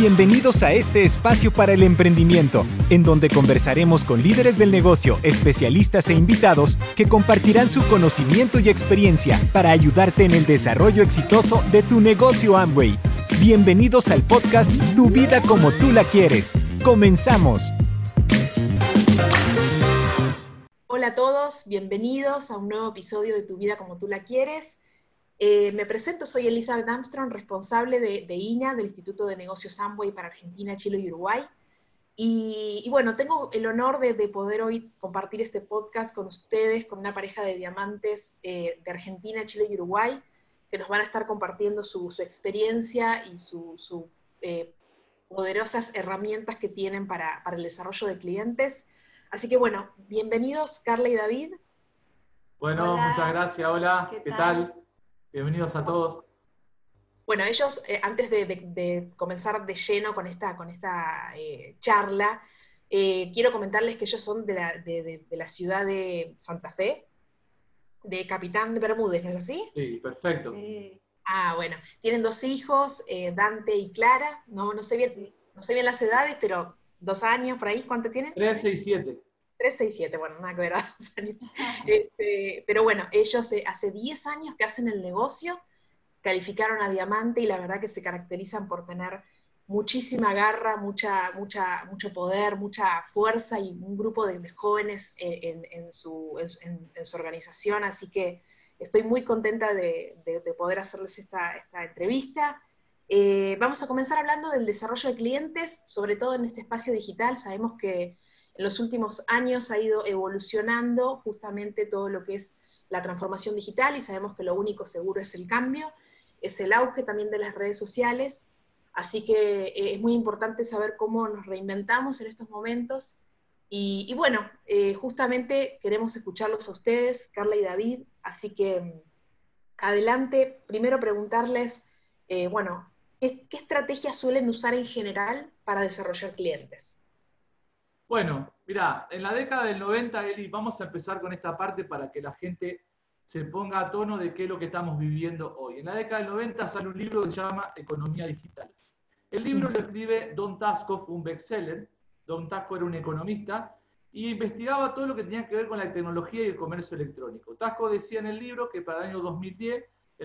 Bienvenidos a este espacio para el emprendimiento, en donde conversaremos con líderes del negocio, especialistas e invitados que compartirán su conocimiento y experiencia para ayudarte en el desarrollo exitoso de tu negocio Amway. Bienvenidos al podcast Tu Vida Como Tú La Quieres. ¡Comenzamos! Hola a todos, bienvenidos a un nuevo episodio de Tu Vida Como Tú La Quieres. Me presento, soy Elizabeth Armstrong, responsable de INA, del Instituto de Negocios Amway para Argentina, Chile y Uruguay. Y bueno, tengo el honor de poder hoy compartir este podcast con ustedes, con una pareja de diamantes de Argentina, Chile y Uruguay, que nos van a estar compartiendo su experiencia y sus poderosas herramientas que tienen para el desarrollo de clientes. Así que bueno, bienvenidos Carla y David. Bueno, Hola. muchas gracias, hola, ¿qué tal? Bienvenidos a todos. Bueno, ellos, antes de comenzar de lleno con esta charla, quiero comentarles que ellos son de la ciudad de Santa Fe, de Capitán de Bermúdez, ¿no es así? Sí, perfecto. Ah, bueno, tienen 2 hijos, Dante y Clara, no sé bien las edades, pero 2 años por ahí, ¿cuánto tienen? 13 y 7. 3, 6, 7, bueno, nada que ver a 2 años. Pero bueno, ellos hace 10 años que hacen el negocio, calificaron a diamante y la verdad que se caracterizan por tener muchísima garra, mucho poder, mucha fuerza y un grupo de jóvenes en su organización, así que estoy muy contenta de poder hacerles esta entrevista. Vamos a comenzar hablando del desarrollo de clientes, sobre todo en este espacio digital. Sabemos que en los últimos años ha ido evolucionando justamente todo lo que es la transformación digital y sabemos que lo único seguro es el cambio, es el auge también de las redes sociales, así que es muy importante saber cómo nos reinventamos en estos momentos y bueno, justamente queremos escucharlos a ustedes, Carla y David, así que adelante, primero preguntarles, bueno, ¿qué estrategias suelen usar en general para desarrollar clientes? Bueno, mirá, en la década del 90, Eli, vamos a empezar con esta parte para que la gente se ponga a tono de qué es lo que estamos viviendo hoy. En la década del 90 sale un libro que se llama Economía Digital. El libro lo escribe Don Taskov, un bestseller. Don Taskov era un economista y investigaba todo lo que tenía que ver con la tecnología y el comercio electrónico. Taskov decía en el libro que para el año 2010 el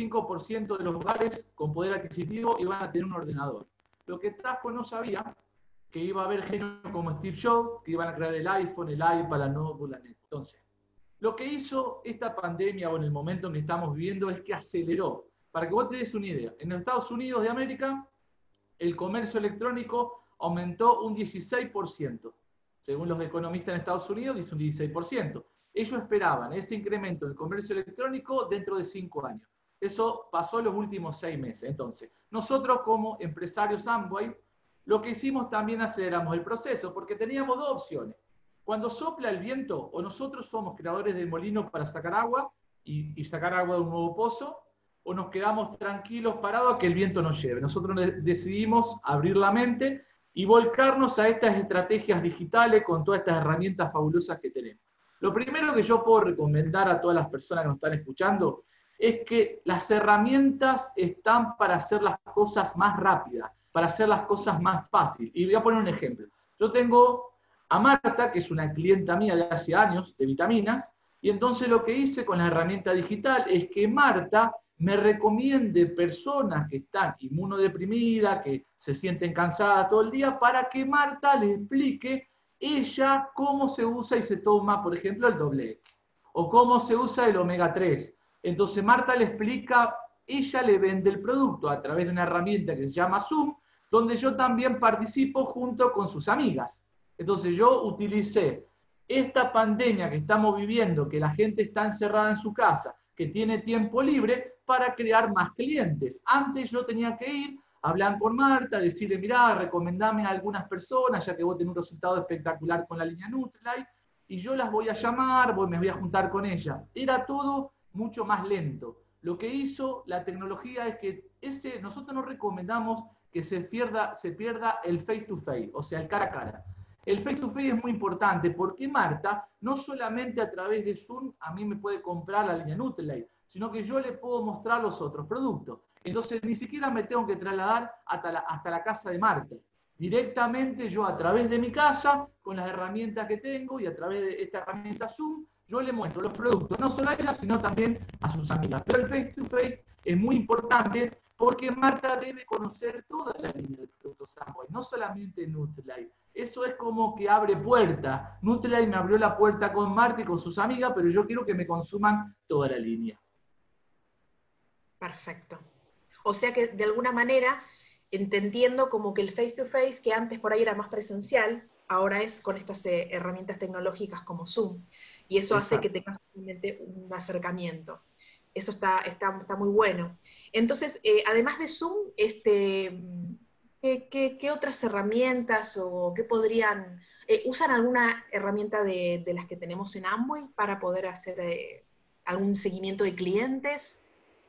95% de los hogares con poder adquisitivo iban a tener un ordenador. Lo que Taskov no sabía, que iba a haber genios como Steve Jobs, que iban a crear el iPhone, el iPad, la notebook, la net. Entonces, lo que hizo esta pandemia o en el momento en que estamos viviendo es que aceleró. Para que vos te des una idea, en los Estados Unidos de América, el comercio electrónico aumentó un 16%. Según los economistas en Estados Unidos, dice un 16%. Ellos esperaban ese incremento del comercio electrónico dentro de 5 años. Eso pasó en los últimos 6 meses. Entonces, nosotros como empresarios Amway, lo que hicimos también aceleramos el proceso, porque teníamos 2 opciones. Cuando sopla el viento, o nosotros somos creadores del molino para sacar agua y sacar agua de un nuevo pozo, o nos quedamos tranquilos, parados, a que el viento nos lleve. Nosotros decidimos abrir la mente y volcarnos a estas estrategias digitales con todas estas herramientas fabulosas que tenemos. Lo primero que yo puedo recomendar a todas las personas que nos están escuchando es que las herramientas están para hacer las cosas más rápidas, para hacer las cosas más fáciles. Y voy a poner un ejemplo. Yo tengo a Marta, que es una clienta mía de hace años, de vitaminas, y entonces lo que hice con la herramienta digital es que Marta me recomiende personas que están inmunodeprimidas, que se sienten cansadas todo el día, para que Marta le explique ella cómo se usa y se toma, por ejemplo, el doble X, o cómo se usa el omega 3. Entonces Marta le explica, ella le vende el producto a través de una herramienta que se llama Zoom, donde yo también participo junto con sus amigas. Entonces yo utilicé esta pandemia que estamos viviendo, que la gente está encerrada en su casa, que tiene tiempo libre, para crear más clientes. Antes yo tenía que ir, hablar con Marta, decirle, mirá, recomendame a algunas personas, ya que vos tenés un resultado espectacular con la línea Nutrilite, y yo las voy a llamar, me voy a juntar con ella. Era todo mucho más lento. Lo que hizo la tecnología es que nosotros no recomendamos que se pierda el face to face, o sea, el cara a cara. El face to face es muy importante porque Marta, no solamente a través de Zoom, a mí me puede comprar la línea Nutrilite, sino que yo le puedo mostrar los otros productos. Entonces ni siquiera me tengo que trasladar hasta la casa de marca. Directamente yo a través de mi casa, con las herramientas que tengo y a través de esta herramienta Zoom, yo le muestro los productos, no solo a ella, sino también a sus amigas. Pero el face to face es muy importante porque marca debe conocer toda la línea de productos Amway, no solamente Nutrilite. Eso es como que abre puertas. Nutrilite me abrió la puerta con Marta y con sus amigas, pero yo quiero que me consuman toda la línea. Perfecto. O sea que de alguna manera, entendiendo como que el face to face, que antes por ahí era más presencial, ahora es con estas herramientas tecnológicas como Zoom. Y eso hace que tengas realmente un acercamiento. Eso está muy bueno. Entonces, además de Zoom, ¿qué otras herramientas o qué podrían... ¿usan alguna herramienta de las que tenemos en Amway para poder hacer algún seguimiento de clientes?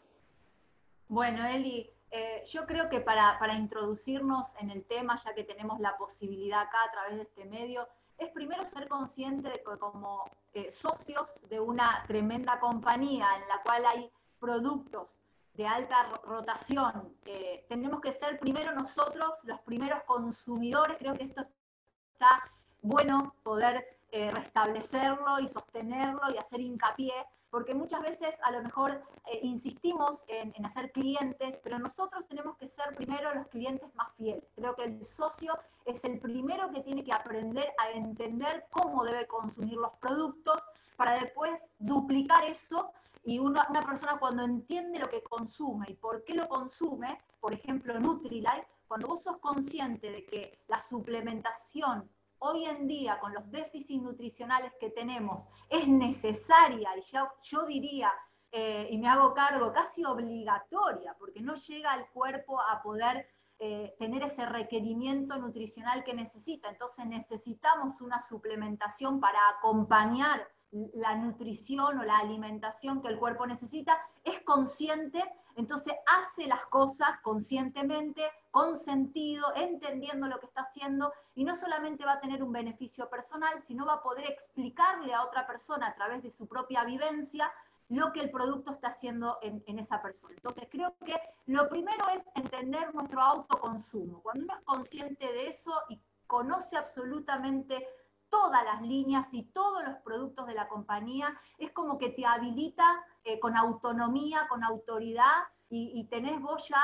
Bueno, Eli, yo creo que para introducirnos en el tema, ya que tenemos la posibilidad acá a través de este medio, es primero ser consciente de que como socios de una tremenda compañía en la cual hay productos de alta rotación, tenemos que ser primero nosotros los primeros consumidores. Creo que esto está bueno poder restablecerlo y sostenerlo y hacer hincapié, porque muchas veces a lo mejor insistimos en hacer clientes, pero nosotros tenemos que ser primero los clientes más fieles. Creo que el socio es el primero que tiene que aprender a entender cómo debe consumir los productos para después duplicar eso, y una persona cuando entiende lo que consume y por qué lo consume, por ejemplo Nutrilite, cuando vos sos consciente de que la suplementación hoy en día, con los déficits nutricionales que tenemos, es necesaria, y yo diría, y me hago cargo, casi obligatoria, porque no llega al cuerpo a poder tener ese requerimiento nutricional que necesita. Entonces necesitamos una suplementación para acompañar la nutrición o la alimentación que el cuerpo necesita. Es consciente, entonces hace las cosas conscientemente, con sentido, entendiendo lo que está haciendo, y no solamente va a tener un beneficio personal, sino va a poder explicarle a otra persona a través de su propia vivencia lo que el producto está haciendo en esa persona. Entonces creo que lo primero es entender nuestro autoconsumo. Cuando uno es consciente de eso y conoce absolutamente todas las líneas y todos los productos de la compañía, es como que te habilita con autonomía, con autoridad, y tenés vos ya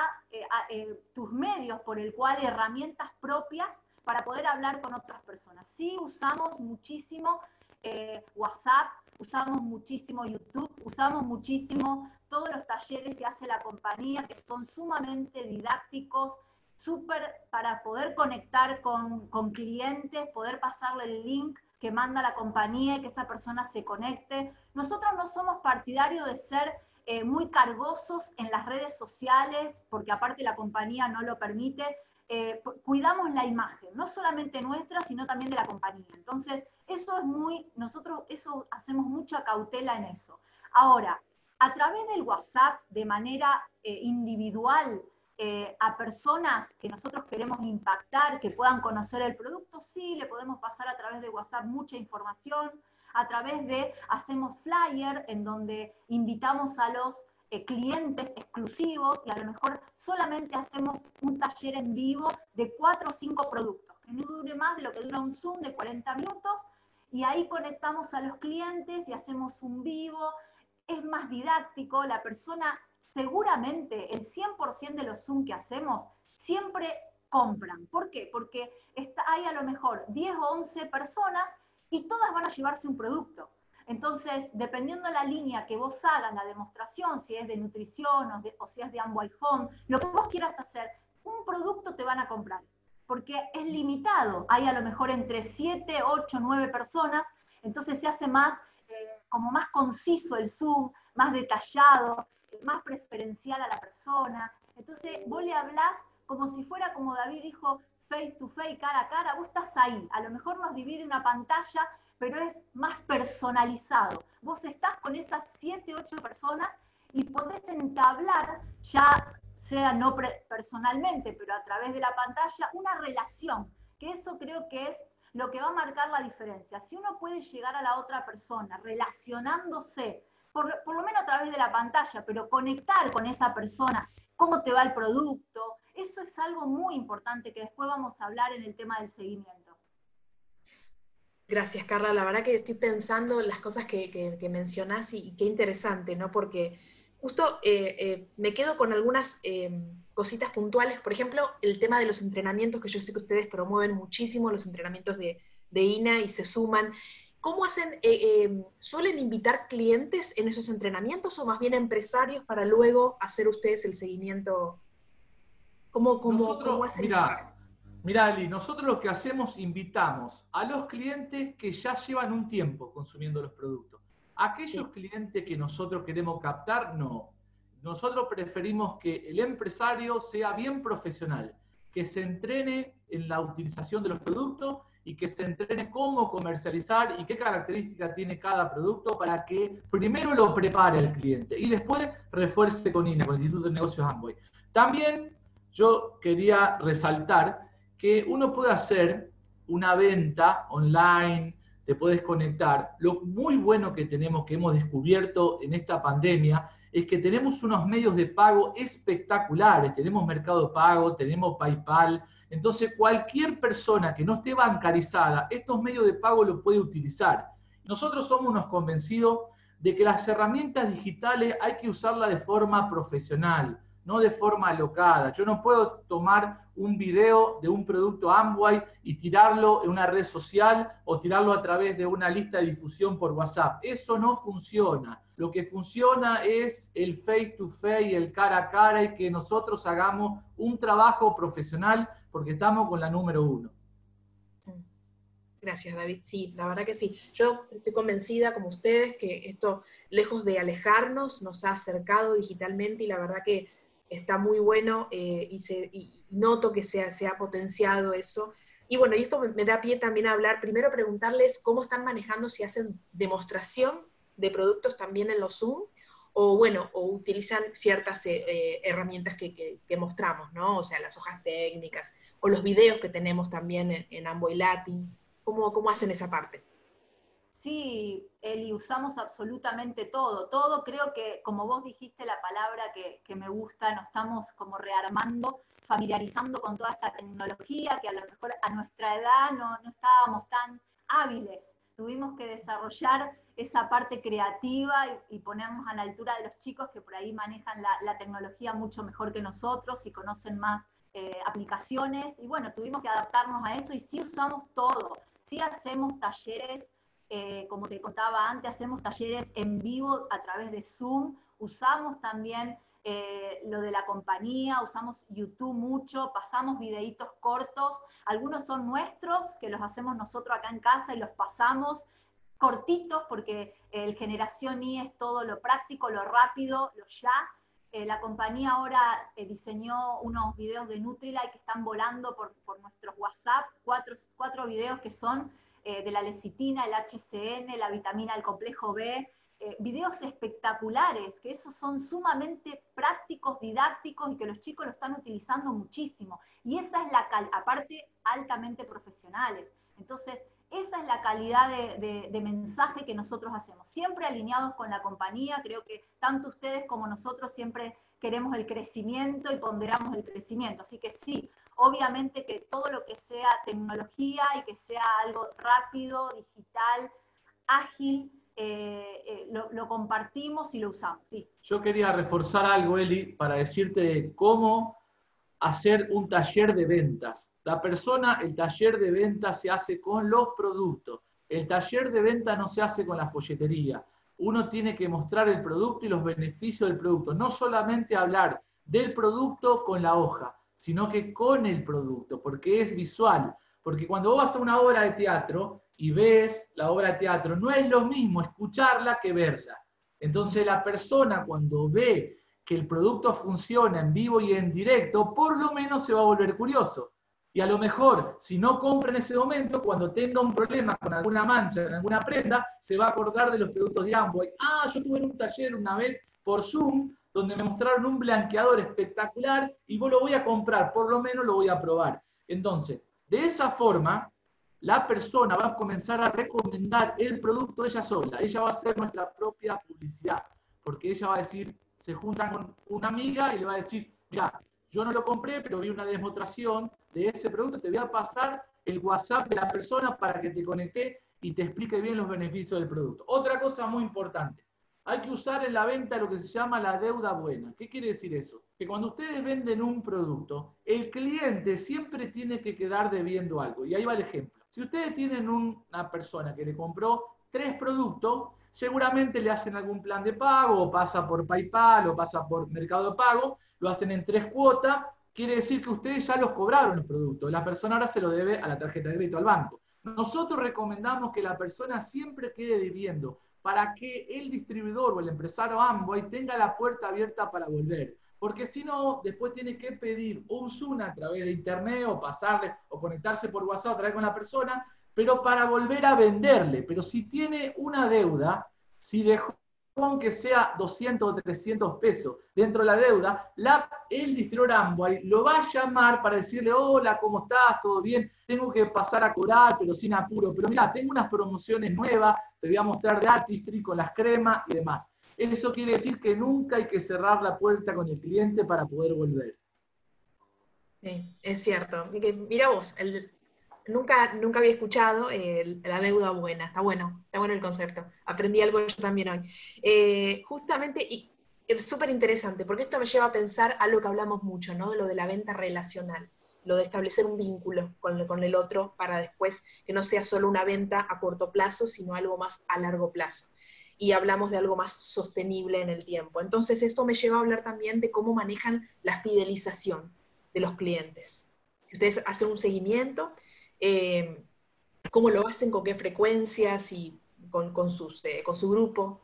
tus medios por el cual, herramientas propias para poder hablar con otras personas. Sí, usamos muchísimo WhatsApp, usamos muchísimo YouTube, usamos muchísimo todos los talleres que hace la compañía, que son sumamente didácticos, súper para poder conectar con clientes, poder pasarle el link que manda la compañía y que esa persona se conecte. Nosotros no somos partidarios de ser muy cargosos en las redes sociales, porque aparte la compañía no lo permite. Cuidamos la imagen, no solamente nuestra, sino también de la compañía. Entonces, eso es nosotros hacemos mucha cautela en eso. Ahora, a través del WhatsApp, de manera individual, a personas que nosotros queremos impactar, que puedan conocer el producto, sí, le podemos pasar a través de WhatsApp mucha información. A través hacemos flyer en donde invitamos a los clientes exclusivos, y a lo mejor solamente hacemos un taller en vivo de 4 o 5 productos, que no dure más de lo que dura un Zoom de 40 minutos, y ahí conectamos a los clientes y hacemos un vivo. Es más didáctico, la persona seguramente, el 100% de los Zoom que hacemos, siempre compran. ¿Por qué? Porque hay a lo mejor 10 o 11 personas y todas van a llevarse un producto. Entonces, dependiendo de la línea que vos hagas, la demostración, si es de nutrición o si es de Amway Home, lo que vos quieras hacer, un producto te van a comprar, porque es limitado. Hay a lo mejor entre 7, 8, 9 personas, entonces se hace como más conciso el Zoom, más detallado, más preferencial a la persona. Entonces vos le hablás como si fuera, como David dijo, face to face, cara a cara. Vos estás ahí, a lo mejor nos divide una pantalla, pero es más personalizado. Vos estás con esas 7, 8 personas y podés entablar, ya sea no personalmente, pero a través de la pantalla, una relación, que eso creo que es lo que va a marcar la diferencia. Si uno puede llegar a la otra persona relacionándose por lo menos a través de la pantalla, pero conectar con esa persona, cómo te va el producto, eso es algo muy importante que después vamos a hablar en el tema del seguimiento. Gracias, Carla. La verdad que estoy pensando en las cosas que mencionás y qué interesante, ¿no? Porque justo me quedo con algunas cositas puntuales. Por ejemplo, el tema de los entrenamientos, que yo sé que ustedes promueven muchísimo, los entrenamientos de INA y se suman. ¿Cómo hacen? ¿Suelen invitar clientes en esos entrenamientos o más bien empresarios para luego hacer ustedes el seguimiento? ¿Cómo hacen? Mira, Eli, nosotros lo que hacemos, invitamos a los clientes que ya llevan un tiempo consumiendo los productos. Aquellos clientes que nosotros queremos captar, no. Nosotros preferimos que el empresario sea bien profesional, que se entrene en la utilización de los productos y que se entrene cómo comercializar y qué características tiene cada producto para que primero lo prepare al cliente y después refuerce con INA, con el Instituto de Negocios Amway. También yo quería resaltar que uno puede hacer una venta online, te puedes conectar. Lo muy bueno que tenemos, que hemos descubierto en esta pandemia, es que tenemos unos medios de pago espectaculares. Tenemos Mercado Pago, tenemos PayPal. Entonces, cualquier persona que no esté bancarizada, estos medios de pago lo puede utilizar. Nosotros somos unos convencidos de que las herramientas digitales hay que usarlas de forma profesional, no de forma alocada. Yo no puedo tomar un video de un producto Amway y tirarlo en una red social o tirarlo a través de una lista de difusión por WhatsApp. Eso no funciona. Lo que funciona es el face to face, el cara a cara, y que nosotros hagamos un trabajo profesional porque estamos con la número 1. Gracias, David. Sí, la verdad que sí. Yo estoy convencida, como ustedes, que esto, lejos de alejarnos, nos ha acercado digitalmente y la verdad que está muy bueno y noto que se ha potenciado eso. Y bueno, y esto me da pie también a hablar, primero preguntarles cómo están manejando, si hacen demostración de productos también en los Zoom, o bueno, o utilizan ciertas herramientas que mostramos, ¿no? O sea, las hojas técnicas, o los videos que tenemos también en Amway Latin. ¿Cómo hacen esa parte? Sí, Eli, usamos absolutamente todo. Todo, creo que, como vos dijiste la palabra que me gusta, nos estamos como rearmando, familiarizando con toda esta tecnología que a lo mejor a nuestra edad no estábamos tan hábiles. Tuvimos que desarrollar esa parte creativa y ponernos a la altura de los chicos que por ahí manejan la tecnología mucho mejor que nosotros y conocen más aplicaciones. Y bueno, tuvimos que adaptarnos a eso y sí usamos todo. Sí hacemos talleres. Como te contaba antes, hacemos talleres en vivo a través de Zoom, usamos también lo de la compañía, usamos YouTube mucho, pasamos videitos cortos, algunos son nuestros, que los hacemos nosotros acá en casa y los pasamos cortitos, porque el Generación I es todo lo práctico, lo rápido, lo ya. La compañía ahora diseñó unos videos de Nutrilite que están volando por nuestros WhatsApp, cuatro videos que son de la lecitina, el HCN, la vitamina del complejo B, videos espectaculares, que esos son sumamente prácticos, didácticos y que los chicos lo están utilizando muchísimo. Y esa es aparte, altamente profesionales. Entonces, esa es la calidad de mensaje que nosotros hacemos. Siempre alineados con la compañía, creo que tanto ustedes como nosotros siempre queremos el crecimiento y ponderamos el crecimiento. Así que sí, obviamente que todo lo que sea tecnología y que sea algo rápido, digital, ágil, lo compartimos y lo usamos. Sí. Yo quería reforzar algo, Eli, para decirte cómo hacer un taller de ventas. El taller de ventas se hace con los productos. El taller de ventas no se hace con la folletería. Uno tiene que mostrar el producto y los beneficios del producto. No solamente hablar del producto con la hoja, sino que con el producto, porque es visual. Porque cuando vos vas a una obra de teatro y ves la obra de teatro, no es lo mismo escucharla que verla. Entonces la persona cuando ve que el producto funciona en vivo y en directo, por lo menos se va a volver curioso. Y a lo mejor, si no compra en ese momento, cuando tenga un problema con alguna mancha en alguna prenda, se va a acordar de los productos de Amway. Yo tuve un taller una vez por Zoom, donde me mostraron un blanqueador espectacular y vos lo voy a comprar, por lo menos lo voy a probar. Entonces, de esa forma, la persona va a comenzar a recomendar el producto ella sola. Ella va a hacer nuestra propia publicidad, porque ella va a decir, se junta con una amiga y le va a decir, mira, yo no lo compré, pero vi una demostración de ese producto, te voy a pasar el WhatsApp de la persona para que te conecte y te explique bien los beneficios del producto. Otra cosa muy importante, hay que usar en la venta lo que se llama la deuda buena. ¿Qué quiere decir eso? Que cuando ustedes venden un producto, el cliente siempre tiene que quedar debiendo algo. Y ahí va el ejemplo. Si ustedes tienen una persona que le compró 3 productos, seguramente le hacen algún plan de pago, o pasa por PayPal, o pasa por Mercado Pago, lo hacen en 3 cuotas, quiere decir que ustedes ya los cobraron los productos. La persona ahora se lo debe a la tarjeta de crédito, al banco. Nosotros recomendamos que la persona siempre quede debiendo para que el distribuidor o el empresario Amway tenga la puerta abierta para volver. Porque si no, después tiene que pedir un Zoom a través de internet o pasarle o conectarse por WhatsApp otra vez con la persona, pero para volver a venderle. Pero si tiene una deuda, si dejó aunque sea 200 o 300 pesos dentro de la deuda, el distribuidor Amway lo va a llamar para decirle, hola, ¿cómo estás? ¿Todo bien? Tengo que pasar a cobrar, pero sin apuro. Pero mira, tengo unas promociones nuevas, te voy a mostrar de Artistry con las cremas y demás. Eso quiere decir que nunca hay que cerrar la puerta con el cliente para poder volver. Sí, es cierto. Mira vos, nunca había escuchado la deuda buena. Está bueno el concepto. Aprendí algo yo también hoy. Justamente, y es súper interesante, porque esto me lleva a pensar algo que hablamos mucho, ¿no? De lo de la venta relacional, lo de establecer un vínculo con el otro para después que no sea solo una venta a corto plazo, sino algo más a largo plazo. Y hablamos de algo más sostenible en el tiempo. Entonces, esto me lleva a hablar también de cómo manejan la fidelización de los clientes. Si ustedes hacen un seguimiento, cómo lo hacen, con qué frecuencias y con su grupo.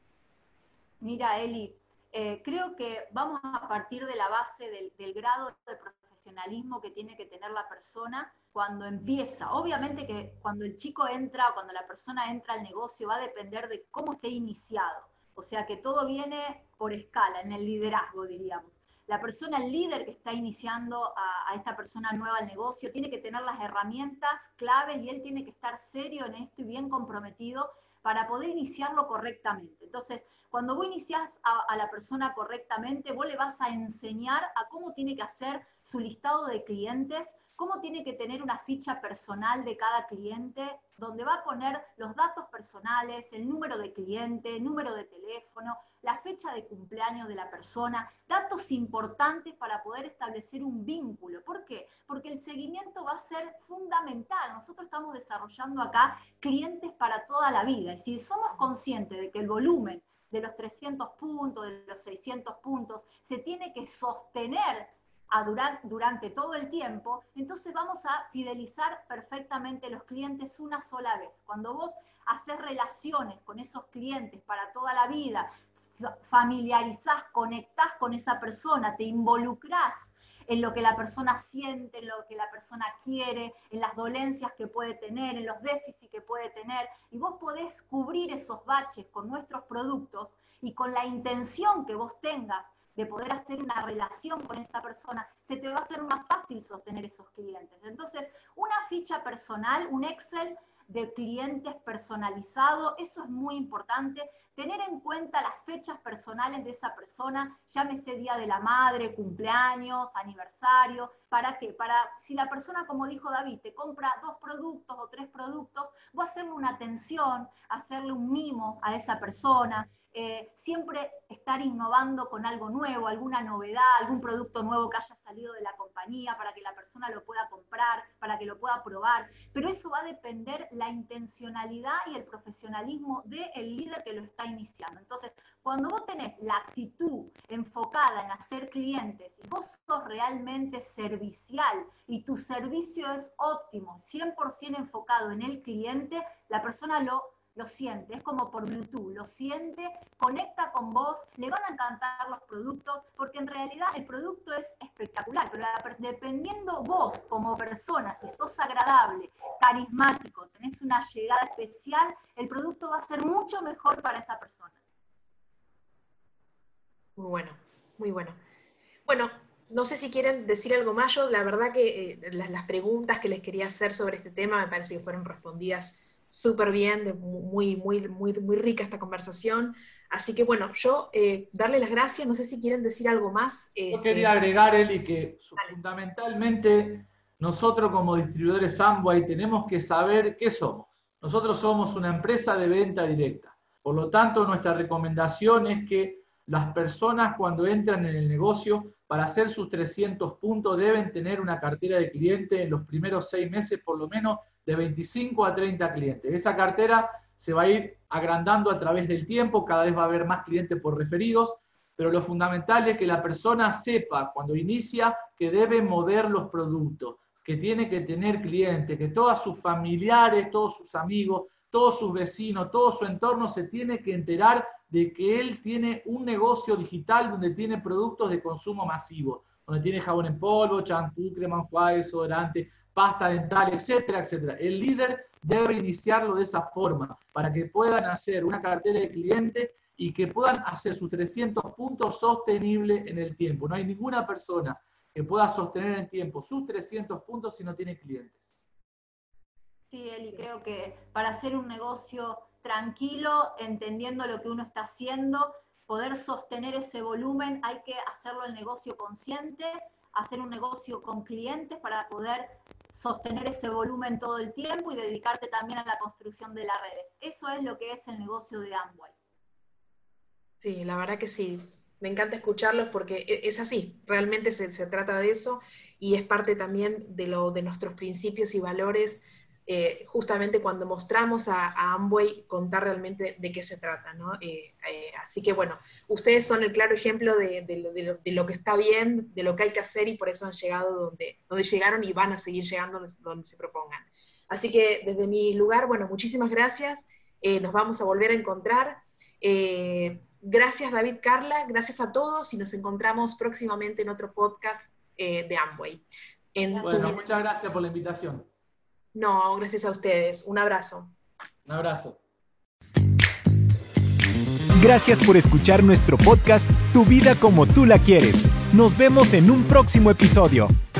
Mira, Eli, creo que vamos a partir de la base del grado de profesionalismo que tiene que tener la persona cuando empieza. Obviamente que cuando el chico entra o cuando la persona entra al negocio va a depender de cómo esté iniciado. O sea que todo viene por escala, en el liderazgo, diríamos. La persona, el líder que está iniciando a esta persona nueva al negocio, tiene que tener las herramientas claves y él tiene que estar serio en esto y bien comprometido para poder iniciarlo correctamente. Entonces, cuando vos iniciás a la persona correctamente, vos le vas a enseñar a cómo tiene que hacer su listado de clientes, cómo tiene que tener una ficha personal de cada cliente, donde va a poner los datos personales, el número de cliente, número de teléfono, la fecha de cumpleaños de la persona, datos importantes para poder establecer un vínculo. ¿Por qué? Porque el seguimiento va a ser fundamental. Nosotros estamos desarrollando acá clientes para toda la vida. Y si somos conscientes de que el volumen de los 300 puntos, de los 600 puntos, se tiene que sostener durante todo el tiempo, entonces vamos a fidelizar perfectamente los clientes una sola vez. Cuando vos haces relaciones con esos clientes para toda la vida, familiarizás, conectás con esa persona, te involucrás en lo que la persona siente, en lo que la persona quiere, en las dolencias que puede tener, en los déficits que puede tener, y vos podés cubrir esos baches con nuestros productos y con la intención que vos tengas de poder hacer una relación con esa persona, se te va a hacer más fácil sostener esos clientes. Entonces, una ficha personal, un Excel de clientes personalizado, eso es muy importante. Tener en cuenta las fechas personales de esa persona, llámese Día de la Madre, cumpleaños, aniversario. ¿Para qué? Para, si la persona, como dijo David, te compra 2 productos o 3 productos, vos hacerle una atención, hacerle un mimo a esa persona. Siempre estar innovando con algo nuevo, alguna novedad, algún producto nuevo que haya salido de la compañía para que la persona lo pueda comprar, para que lo pueda probar. Pero eso va a depender la intencionalidad y el profesionalismo del líder que lo está iniciando. Entonces, cuando vos tenés la actitud enfocada en hacer clientes y vos sos realmente servicial y tu servicio es óptimo, 100% enfocado en el cliente, la persona lo siente, es como por Bluetooth, lo siente, conecta con vos, le van a encantar los productos, porque en realidad el producto es espectacular, pero dependiendo vos como persona, si sos agradable, carismático, tenés una llegada especial, el producto va a ser mucho mejor para esa persona. Muy bueno, muy bueno. Bueno, no sé si quieren decir algo más. Yo, la verdad que las preguntas que les quería hacer sobre este tema me parece que fueron respondidas súper bien, muy rica esta conversación. Así que bueno, yo darle las gracias, no sé si quieren decir algo más. Yo quería agregar, Eli, que fundamentalmente nosotros como distribuidores Amway tenemos que saber qué somos. Nosotros somos una empresa de venta directa. Por lo tanto, nuestra recomendación es que las personas cuando entran en el negocio, para hacer sus 300 puntos, deben tener una cartera de clientes en los primeros 6 meses, por lo menos de 25 a 30 clientes. Esa cartera se va a ir agrandando a través del tiempo, cada vez va a haber más clientes por referidos, pero lo fundamental es que la persona sepa cuando inicia que debe mover los productos, que tiene que tener clientes, que todos sus familiares, todos sus amigos, todos sus vecinos, todo su entorno se tiene que enterar de que él tiene un negocio digital donde tiene productos de consumo masivo, donde tiene jabón en polvo, champú, crema enjuague, desodorante, pasta dental, etcétera, etcétera. El líder debe iniciarlo de esa forma para que puedan hacer una cartera de clientes y que puedan hacer sus 300 puntos sostenibles en el tiempo. No hay ninguna persona que pueda sostener en el tiempo sus 300 puntos si no tiene clientes. Sí, Eli, creo que para hacer un negocio tranquilo, entendiendo lo que uno está haciendo, poder sostener ese volumen, hay que hacerlo el negocio consciente, hacer un negocio con clientes para poder sostener ese volumen todo el tiempo y dedicarte también a la construcción de las redes. Eso es lo que es el negocio de Amway. Sí, la verdad que sí. Me encanta escucharlos porque es así, realmente se trata de eso y es parte también de nuestros principios y valores, justamente cuando mostramos a Amway contar realmente de qué se trata, ¿no? Así que bueno, ustedes son el claro ejemplo de lo que está bien, de lo que hay que hacer y por eso han llegado donde llegaron y van a seguir llegando donde se propongan. Así que desde mi lugar, bueno, muchísimas gracias, nos vamos a volver a encontrar. Gracias David, Carla, gracias a todos y nos encontramos próximamente en otro podcast de Amway. Bueno, muchas gracias por la invitación. No, gracias a ustedes. Un abrazo. Un abrazo. Gracias por escuchar nuestro podcast Tu vida como tú la quieres. Nos vemos en un próximo episodio.